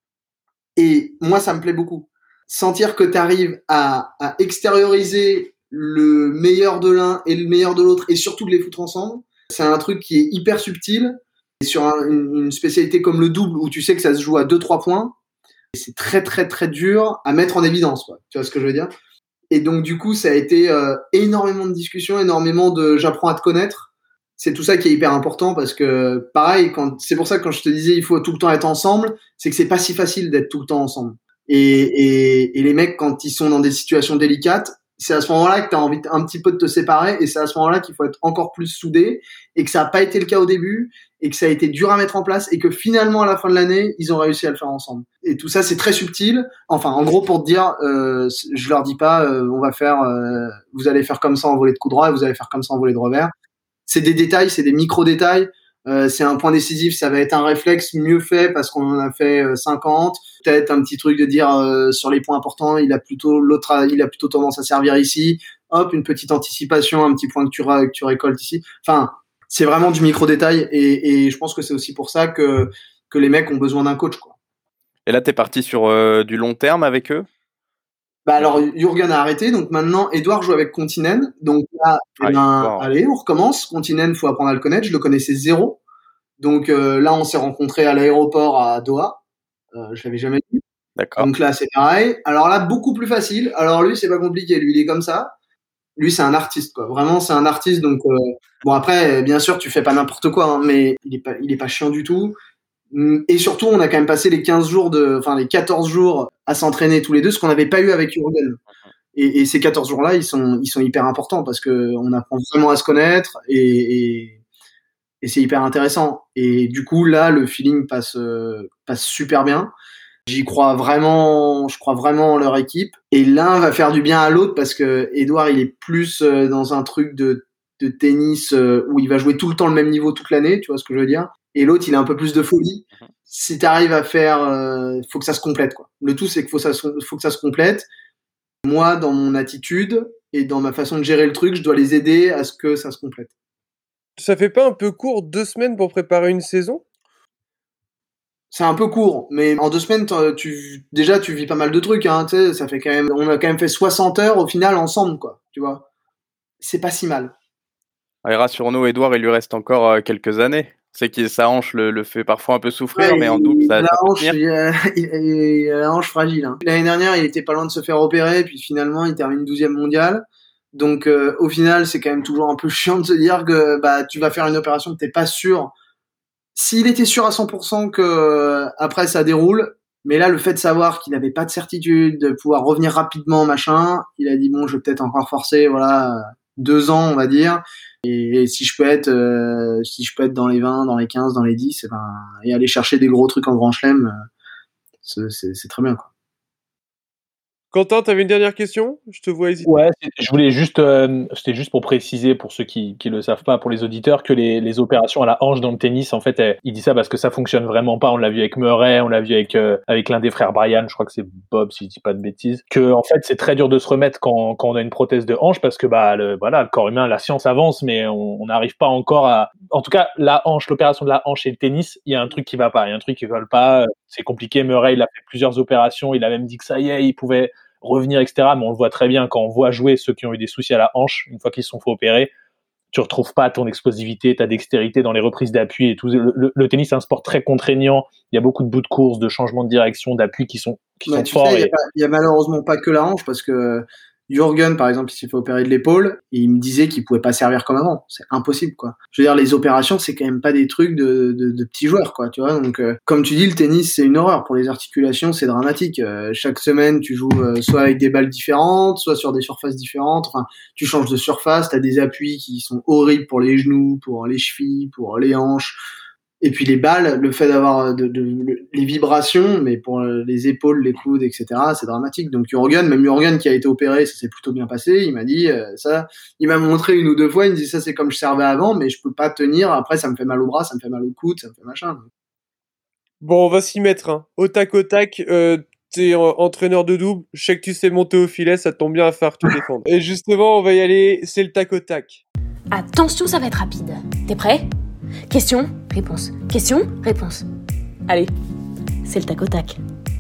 Et moi ça me plaît beaucoup. Sentir que tu arrives à, à extérioriser le meilleur de l'un et le meilleur de l'autre et surtout de les foutre ensemble, c'est un truc qui est hyper subtil. Et sur un, une, une spécialité comme le double où tu sais que ça se joue à deux trois points, c'est très très très dur à mettre en évidence, quoi. Tu vois ce que je veux dire? Et donc du coup, ça a été euh, énormément de discussions, énormément de j'apprends à te connaître. C'est tout ça qui est hyper important parce que pareil, quand c'est pour ça que quand je te disais il faut tout le temps être ensemble, c'est que c'est pas si facile d'être tout le temps ensemble. Et, et, et les mecs, quand ils sont dans des situations délicates, c'est à ce moment-là que tu as envie un petit peu de te séparer et c'est à ce moment-là qu'il faut être encore plus soudé et que ça n'a pas été le cas au début et que ça a été dur à mettre en place et que finalement à la fin de l'année, ils ont réussi à le faire ensemble. Et tout ça, c'est très subtil. Enfin, en gros, pour te dire, euh, je leur dis pas, euh, on va faire, euh, vous allez faire comme ça en volée de coup droit et vous allez faire comme ça en volée de revers. C'est des détails, c'est des micro-détails. Euh, c'est un point décisif, ça va être un réflexe mieux fait parce qu'on en a fait euh, cinquante. Peut-être un petit truc de dire euh, sur les points importants, il a plutôt l'autre, a, il a plutôt tendance à servir ici. Hop, une petite anticipation, un petit point que tu, que tu récoltes ici. Enfin, c'est vraiment du micro-détail et, et je pense que c'est aussi pour ça que que les mecs ont besoin d'un coach, quoi. Et là, t'es parti sur euh, du long terme avec eux? Bah alors Jürgen a arrêté, donc maintenant Edouard joue avec Continen. Donc là, eh ben, wow. allez, on recommence. Continen, faut apprendre à le connaître. Je le connaissais zéro. Donc euh, là, on s'est rencontrés à l'aéroport à Doha. Euh, je l'avais jamais vu. D'accord. Donc là, c'est pareil. Alors là, beaucoup plus facile. Alors lui, c'est pas compliqué. Lui, il est comme ça. Lui, c'est un artiste, quoi. Vraiment, c'est un artiste. Donc euh, bon, après, bien sûr, tu fais pas n'importe quoi, hein, mais il est pas, il est pas chiant du tout. Et surtout, on a quand même passé les quinze jours de, enfin les quatorze jours à s'entraîner tous les deux, ce qu'on n'avait pas eu avec Jürgen. Et, et ces quatorze jours-là, ils sont, ils sont hyper importants parce que on apprend vraiment à se connaître et, et, et c'est hyper intéressant. Et du coup, là, le feeling passe, euh, passe super bien. J'y crois vraiment, je crois vraiment en leur équipe. Et l'un va faire du bien à l'autre parce que Edouard, il est plus euh, dans un truc de, de tennis euh, où il va jouer tout le temps le même niveau toute l'année, tu vois ce que je veux dire. Et l'autre, il a un peu plus de folie. Si tu arrives à faire, euh, faut que ça se complète, quoi. Le tout, c'est qu'il faut, ça, faut que ça se complète. Moi, dans mon attitude et dans ma façon de gérer le truc, je dois les aider à ce que ça se complète. Ça fait pas un peu court, deux semaines pour préparer une saison? C'est un peu court, mais en deux semaines, tu, déjà, tu vis pas mal de trucs, hein, tu sais, ça fait quand même, on a quand même fait soixante heures au final ensemble, quoi, tu vois. C'est pas si mal. Allez, rassure-nous, Edouard, il lui reste encore euh, quelques années. C'est que sa hanche le, le fait parfois un peu souffrir, Ouais, mais en double, ça, la ça peut hanche, tenir. il a, il, a, il a la hanche fragile. Hein. L'année dernière, il était pas loin de se faire opérer, puis finalement, il termine douzième mondial. Donc, euh, au final, c'est quand même toujours un peu chiant de se dire que bah tu vas faire une opération que t'es pas sûr. S'il était sûr à cent pour cent que euh, après ça déroule, mais là, le fait de savoir qu'il n'avait pas de certitude, de pouvoir revenir rapidement, machin, il a dit bon, je vais peut-être encore forcer, voilà, deux ans, on va dire. Et, et si je peux être, euh, si je peux être dans les vingt, dans les quinze, dans les dix, et, ben, et aller chercher des gros trucs en grand chelem, euh, c'est, c'est, c'est très bien, quoi. Quentin, tu avais une dernière question? Je te vois hésiter. Ouais, je voulais juste, euh, c'était juste pour préciser pour ceux qui qui le savent pas, pour les auditeurs, que les, les opérations à la hanche dans le tennis, en fait, elle, il dit ça parce que ça fonctionne vraiment pas. On l'a vu avec Murray, on l'a vu avec euh, avec l'un des frères Brian, je crois que c'est Bob si je dis pas de bêtises. Que en fait, c'est très dur de se remettre quand quand on a une prothèse de hanche parce que bah le, voilà, le corps humain, la science avance, mais on n'arrive pas encore à. En tout cas, la hanche, l'opération de la hanche et le tennis, il y a un truc qui va pas, il y a un truc qui colle pas. C'est compliqué. Murray, il a fait plusieurs opérations, il a même dit que ça y est, il pouvait revenir, et cetera. Mais on le voit très bien quand on voit jouer ceux qui ont eu des soucis à la hanche, une fois qu'ils se sont fait opérer, tu retrouves pas ton explosivité, ta dextérité dans les reprises d'appui et tout. Le, le, le tennis, c'est un sport très contraignant. Il y a beaucoup de bouts de course, de changements de direction, d'appui qui sont, qui Ouais, sont tu forts. sais, il et... n'y a, a malheureusement pas que la hanche parce que Jürgen, par exemple, il s'est fait opérer de l'épaule et il me disait qu'il pouvait pas servir comme avant. C'est impossible, quoi. Je veux dire, les opérations, c'est quand même pas des trucs de, de, de petits joueurs, quoi, tu vois. Donc, euh, comme tu dis, le tennis, c'est une horreur. Pour les articulations, c'est dramatique. Euh, chaque semaine, tu joues euh, soit avec des balles différentes, soit sur des surfaces différentes. Enfin, tu changes de surface, t'as des appuis qui sont horribles pour les genoux, pour les chevilles, pour les hanches. Et puis les balles, le fait d'avoir de, de, de, les vibrations, mais pour les épaules, les coudes, et cetera, c'est dramatique. Donc Jürgen, même Jürgen qui a été opéré, ça s'est plutôt bien passé. Il m'a dit euh, ça, il m'a montré une ou deux fois. Il me dit ça, c'est comme je servais avant, mais je peux pas tenir. Après, ça me fait mal au bras, ça me fait mal au coude, ça me fait machin. Bon, on va s'y mettre. Hein. Au tac au tac. Euh, T'es entraîneur de double. Je sais que tu sais monter au filet, ça tombe bien à faire te défendre. Et justement, on va y aller. C'est le tac au tac. Attention, ça va être rapide. T'es prêt? Question, réponse. Question, réponse. Allez, c'est le tac au tac.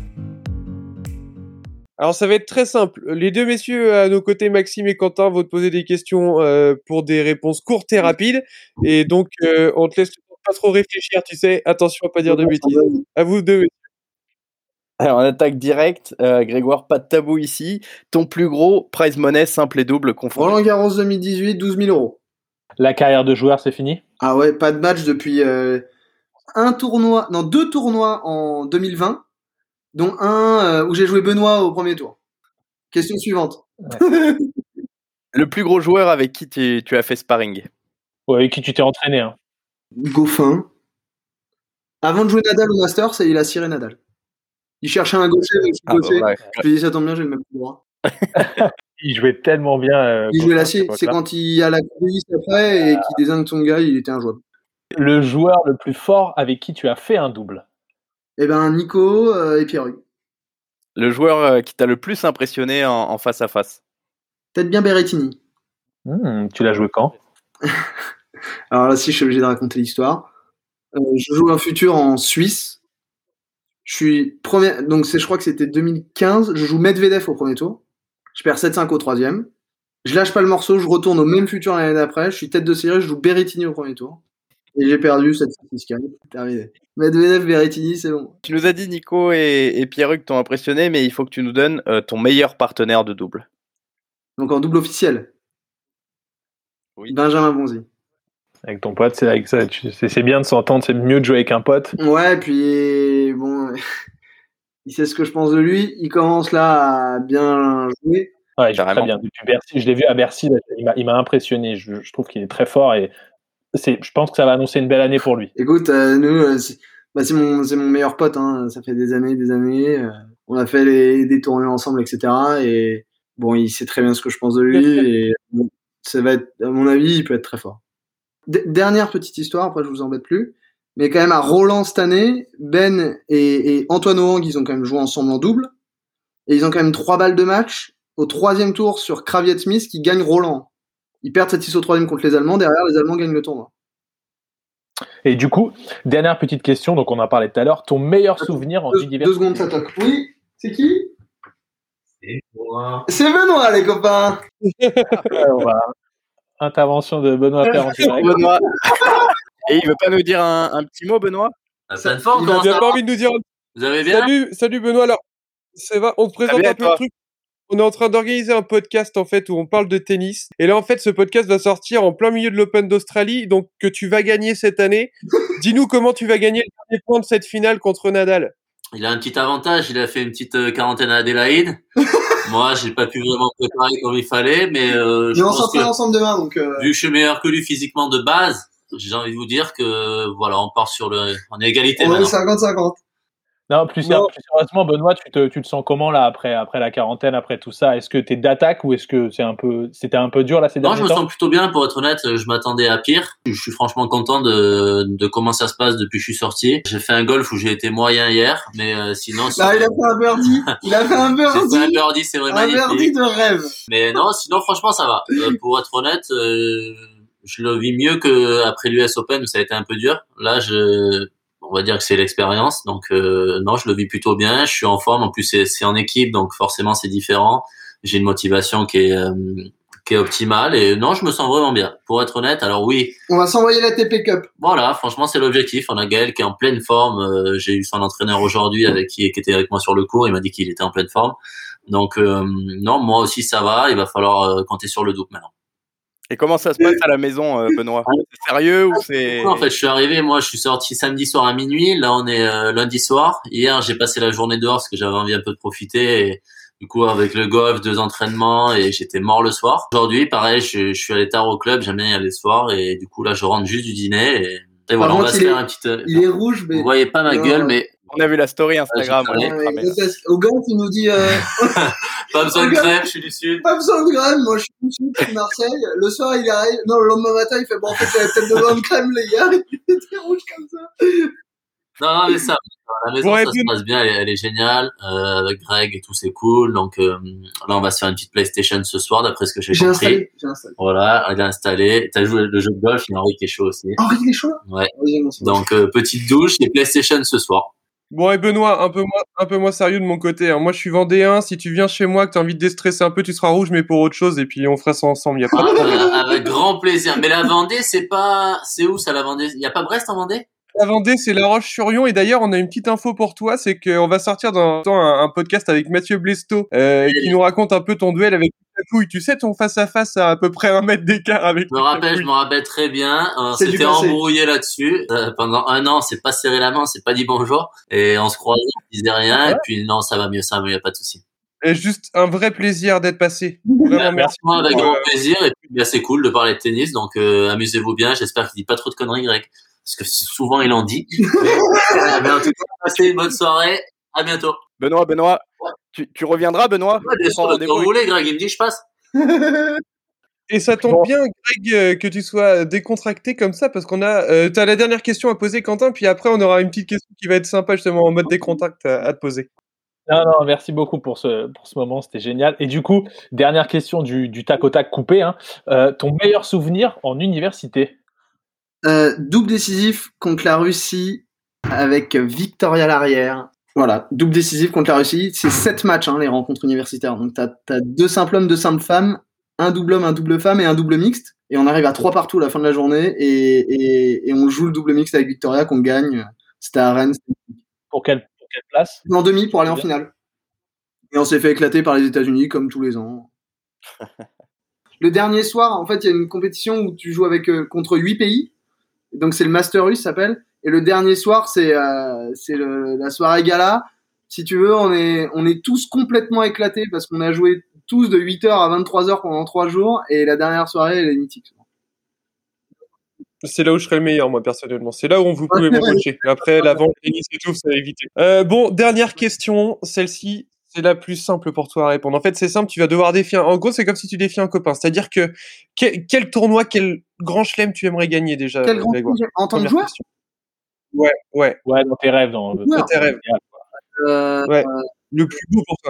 Alors ça va être très simple. Les deux messieurs à nos côtés, Maxime et Quentin, vont te poser des questions euh, pour des réponses courtes et rapides. Et donc, euh, on te laisse pas trop réfléchir, tu sais. Attention à pas dire de bêtises. À vous deux. Alors, en attaque directe, euh, Grégoire, pas de tabou ici. Ton plus gros prize money, simple et double confondus. Roland Garros deux mille dix-huit, douze mille euros. La carrière de joueur, c'est fini? Ah ouais, pas de match depuis euh, un tournoi, non deux tournois en deux mille vingt, dont un euh, où j'ai joué Benoît au premier tour. Question suivante. Ouais. Le plus gros joueur avec qui tu, tu as fait sparring? Ouais, avec qui tu t'es entraîné, hein. Goffin. Avant de jouer Nadal au Masters, il a ciré Nadal. Il cherchait un gaucher, donc je Ah, gaucher. bah, ouais. Je lui ai dit ça tombe bien, j'ai le même coup droit. Il jouait tellement bien. Euh, Il jouait Goffin, l'acier. cette C'est époque-là. quand il y a la couille après et qu'il désigne son gars, il était injouable. Le joueur le plus fort avec qui tu as fait un double? Eh ben Nico euh, et Pierre-Hugues. Le joueur euh, qui t'a le plus impressionné en, en face à face? Peut-être bien Berrettini. Mmh, tu l'as joué quand? Alors là, si je suis obligé de raconter l'histoire. Euh, je joue un futur en Suisse. Je suis premier, donc c'est, je crois que c'était deux mille quinze. Je joue Medvedev au premier tour. Je perds sept cinq au troisième. Je lâche pas le morceau, je retourne au même futur l'année d'après. Je suis tête de série, je joue Berrettini au premier tour. Et j'ai perdu sept six quatre. Terminé. Medvedev, Berrettini, c'est bon. Tu nous as dit Nico et, et Pierre-Hugues t'ont impressionné, mais il faut que tu nous donnes euh, ton meilleur partenaire de double. Donc en double officiel. Oui. Benjamin Bonzi. Avec ton pote, c'est, avec ça, tu, c'est, c'est bien de s'entendre, c'est mieux de jouer avec un pote. Ouais, puis bon, il sait ce que je pense de lui. Il commence là à bien jouer. Ouais, il joue très bien. Depuis Bercy, je l'ai vu à Bercy, là, il, m'a, il m'a impressionné. Je, je trouve qu'il est très fort et c'est, je pense que ça va annoncer une belle année pour lui. Écoute, euh, nous, euh, c'est, bah, c'est, mon, c'est mon meilleur pote. Hein. Ça fait des années, des années. Euh, on a fait les, des tournées ensemble, et cetera. Et bon, il sait très bien ce que je pense de lui. Et bon, ça va être, à mon avis, il peut être très fort. D- dernière petite histoire, après je vous embête plus. Mais quand même à Roland cette année, Ben et, et Antoine Hoang, ils ont quand même joué ensemble en double. Et ils ont quand même trois balles de match au troisième tour sur Kraviet Smith qui gagne Roland. Ils perdent sept six au troisième contre les Allemands. Derrière, les Allemands gagnent le tournoi. Et du coup, dernière petite question, donc on en parlait tout à l'heure. Ton meilleur souvenir en deux, univers? Deux secondes, ça toque. Oui, c'est qui? C'est Benoît. C'est Benoît, les copains. Ouais, voilà. Intervention de Benoît Père en direct. Benoît. Et il veut pas nous dire un, un petit mot, Benoît? La plateforme, Il a bien pas envie de nous dire. Vous allez bien? Salut, salut Benoît. Alors, ça va, on te présente bien, un peu toi. le truc. On est en train d'organiser un podcast en fait où on parle de tennis. Et là en fait ce podcast va sortir en plein milieu de l'Open d'Australie, donc que tu vas gagner cette année. Dis-nous comment tu vas gagner le dernier point de cette finale contre Nadal. Il a un petit avantage, il a fait une petite euh, quarantaine à Adélaïde. Moi, j'ai pas pu vraiment préparer comme il fallait, mais euh, je Mais on pense s'entraîne que ensemble demain, donc. Euh... vu que je suis meilleur que lui physiquement de base, j'ai envie de vous dire que voilà, on part sur le, on est égalité On est maintenant. cinquante cinquante. Non, plus, Non. plus sérieusement, Benoît, tu te, tu te sens comment là après, après la quarantaine, après tout ça? Est-ce que tu es d'attaque ou est-ce que c'est un peu, c'était un peu dur là ces Non, derniers je me temps? sens plutôt bien, pour être honnête. Je m'attendais à pire. Je suis franchement content de, de comment ça se passe depuis que je suis sorti. J'ai fait un golf où j'ai été moyen hier, mais euh, sinon... Là, sinon- il a fait un birdie. Il a fait un J'ai fait un birdie. birdie, c'est vrai, Un birdie magnifique. de rêve. Mais non, sinon franchement ça va. Euh, pour être honnête, euh, je le vis mieux que après l'U S Open où ça a été un peu dur. Là, je, on va dire que c'est l'expérience. Donc euh, non, je le vis plutôt bien. Je suis en forme. En plus, c'est, c'est en équipe, donc forcément c'est différent. J'ai une motivation qui est euh, qui est optimale et non, je me sens vraiment bien. Pour être honnête, alors oui, On va s'envoyer la T P Cup. voilà, franchement c'est l'objectif. On a Gaël qui est en pleine forme. Euh, j'ai eu son entraîneur aujourd'hui avec qui qui était avec moi sur le cours. Il m'a dit qu'il était en pleine forme. Donc euh, non, moi aussi ça va. Il va falloir euh, compter sur le double maintenant. Et comment ça se passe à la maison, euh, Benoît? C'est sérieux ou c'est... En fait, je suis arrivé, moi, je suis sorti samedi soir à minuit. Là, on est euh, lundi soir. Hier, j'ai passé la journée dehors parce que j'avais envie un peu de profiter. Et, du coup, avec le golf, deux entraînements, et j'étais mort le soir. Aujourd'hui, pareil, je, je suis allé tard au club. J'aime bien y aller le soir. Et du coup, là, je rentre juste du dîner. Et, et voilà, on va contre, se il faire est- un petit... euh, Il est rouge, mais. Vous voyez pas ma Non. gueule, mais On a vu la story Instagram, Ouais, on j'ai est Ouais, cramé, là. parce qu'au golf, il nous dit euh, pas besoin de Regarde. crème, je suis du sud. pas besoin de crème, moi je suis du sud, je suis de Marseille. Le soir, il arrive. Non, le lendemain matin, il fait bon, en fait, j'avais peut-être besoin de crème, les gars. Il était rouge comme ça. Non, non, mais ça, la maison, Bon, ça et se puis- passe bien, elle, est- elle est géniale, euh, avec Greg et tout, c'est cool. Donc euh, là, on va se faire une petite PlayStation ce soir, d'après ce que j'ai J'ai compris. installé. J'ai installé. Voilà, il a installé. T'as joué le jeu de golf, il y a Henri qui est chaud aussi. Henri, il est chaud. Ouais. Oui, non, c'est bon. Donc euh, petite douche et PlayStation ce soir. Bon, et Benoît, un peu moins, un peu moins sérieux de mon côté, hein. Moi, je suis vendéen. Si tu viens chez moi, que t'as envie de déstresser un peu, tu seras rouge, mais pour autre chose, et puis on fera ça ensemble. Y a pas de... Ah, avec grand plaisir. Mais la Vendée, c'est pas, c'est où ça la Vendée? Il y a pas Brest en Vendée? La Vendée, c'est La Roche-sur-Yon. Et d'ailleurs, on a une petite info pour toi, c'est qu'on va sortir dans un, un podcast avec Mathieu Blesto, euh, qui nous raconte un peu ton duel avec Tapouille. Tu sais, ton face-à-face à à peu près un mètre d'écart avec Je me rappelle, je Tapouille. me rappelle très bien. On C'est du s'était passé. embrouillé là-dessus. Euh, pendant un an, on s'est pas serré la main, on s'est pas dit bonjour. Et on se croisait, on disait rien. Et puis non, ça va mieux, ça va mieux, y a pas de souci. Et juste un vrai plaisir d'être passé. Vraiment, merci. Moi, avec pour, grand euh, plaisir. Et puis, bah, c'est cool de parler de tennis. Donc, euh, amusez-vous bien. J'espère qu'il dit pas trop de conneries, Greg. Parce que souvent, il en dit. Mais, mais en tout cas, passez une bonne soirée. À bientôt. Benoît, Benoît, tu, tu reviendras, Benoît? Ouais, bien On prend sûr, rendez-vous quand vous avec- voulez, Greg. Il me dit, je passe. Et ça tombe Bon. bien, Greg, euh, que tu sois décontracté comme ça, parce qu'on a, euh, t'as la dernière question à poser, Quentin, puis après on aura une petite question qui va être sympa justement en mode décontract à, à te poser. Non, non, merci beaucoup pour ce, pour ce moment, c'était génial. Et du coup, dernière question du, du tac au tac coupé, hein. Euh, ton meilleur souvenir en université? Euh, double décisif contre la Russie avec Victoria Larrière. Voilà, double décisif contre la Russie. C'est sept matchs, hein, les rencontres universitaires. Donc, t'as, t'as deux simples hommes, deux simples femmes, un double homme, un double femme et un double mixte. Et on arrive à trois partout à la fin de la journée. Et, et, et on joue le double mixte avec Victoria qu'on gagne. C'était à Rennes. Pour quelle, pour quelle place? En demi pour aller en Bien. finale. Et on s'est fait éclater par les États-Unis comme tous les ans. Le dernier soir, en fait, il y a une compétition où tu joues avec euh, contre huit pays. Donc c'est le Master U, ça s'appelle. Et le dernier soir, c'est euh, c'est le, la soirée gala. Si tu veux, on est on est tous complètement éclatés parce qu'on a joué tous de huit heures à vingt-trois heures pendant trois jours. Et la dernière soirée, elle est mythique. C'est là où je serai le meilleur, moi, personnellement. C'est là où vous pouvez me coacher. Après, la vente, tennis et tout, ça va éviter. Euh, bon, dernière question. Celle-ci, c'est la plus simple pour toi à répondre. En fait, c'est simple, tu vas devoir défier un... En gros, c'est comme si tu défiais un copain. C'est-à-dire que quel, quel tournoi, quel grand chelem tu aimerais gagner déjà, Quel grand Grégoire? projet en tant que Première joueur question. Ouais, ouais, Ouais, dans tes rêves. Dans, Ouais, dans tes rêves. euh, Ouais. Le plus beau pour toi.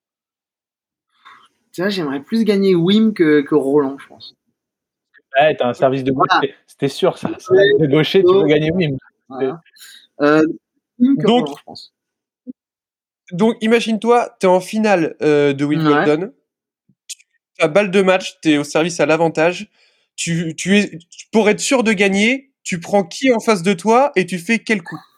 Tu vois, j'aimerais plus gagner Wim que, que Roland, je pense. Ouais, t'as un service de Voilà. gaucher. C'était sûr, ça. Service de gaucher, tu veux gagner Wim. Voilà. Euh, Wim que Donc- Roland, je pense. Donc, imagine-toi, t'es en finale euh, de Wimbledon. Tu as balle de match, t'es au service à l'avantage. Tu, tu es, pour être sûr de gagner, tu prends qui en face de toi et tu fais quel coup?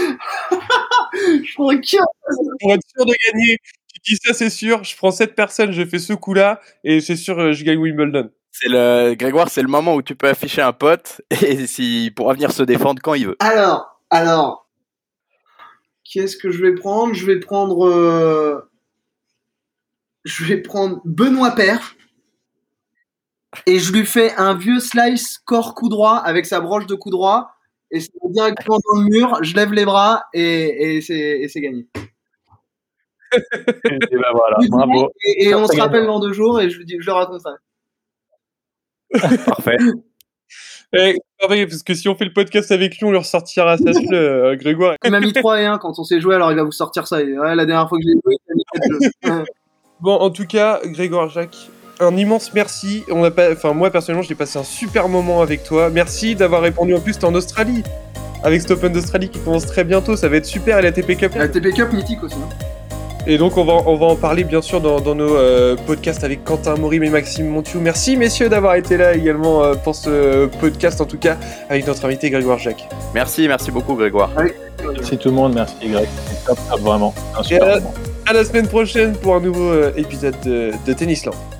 Je prends qui Pour être sûr de gagner, tu dis ça, c'est sûr. Je prends cette personne, je fais ce coup-là et c'est sûr, euh, je gagne Wimbledon. C'est le Grégoire, c'est le moment où tu peux afficher un pote et s'il pourra venir se défendre quand il veut. Alors, alors, qu'est-ce que je vais prendre? Je vais prendre, euh, je vais prendre Benoît Paire et je lui fais un vieux slice corps coup droit avec sa broche de coup droit et c'est directement dans le mur, je lève les bras et, et, c'est, et c'est gagné. Et ben voilà, bravo. Et, et Ça, on c'est se rappelle gagnant. dans deux jours et je, lui dis- je le raconterai. Parfait. Eh, pareil, parce que si on fait le podcast avec lui, on leur sortira ça, le euh, Grégoire. Il m'a mis trois et un quand on s'est joué, alors il va vous sortir ça. Et, ouais, la dernière fois que j'ai joué, il a mis quatre jeux. Ouais. Bon, en tout cas, Grégoire Jacques, un immense merci. On a pas, enfin moi personnellement, j'ai passé un super moment avec toi. Merci d'avoir répondu. En plus, t'es en Australie, avec cet Open d'Australie qui commence très bientôt. Ça va être super. Et la T P Cup. La T P Cup mythique aussi. Hein. Et donc on va, on va en parler bien sûr dans, dans nos euh, podcasts avec Quentin Morim et Maxime Montiou. Merci messieurs d'avoir été là également euh, pour ce podcast, en tout cas avec notre invité Grégoire Jacques. Merci, merci beaucoup Grégoire. Merci tout le monde, merci Greg. C'est top, top, vraiment. Un Et super à, la, moment. à la semaine prochaine pour un nouveau euh, épisode de, de Tennisland.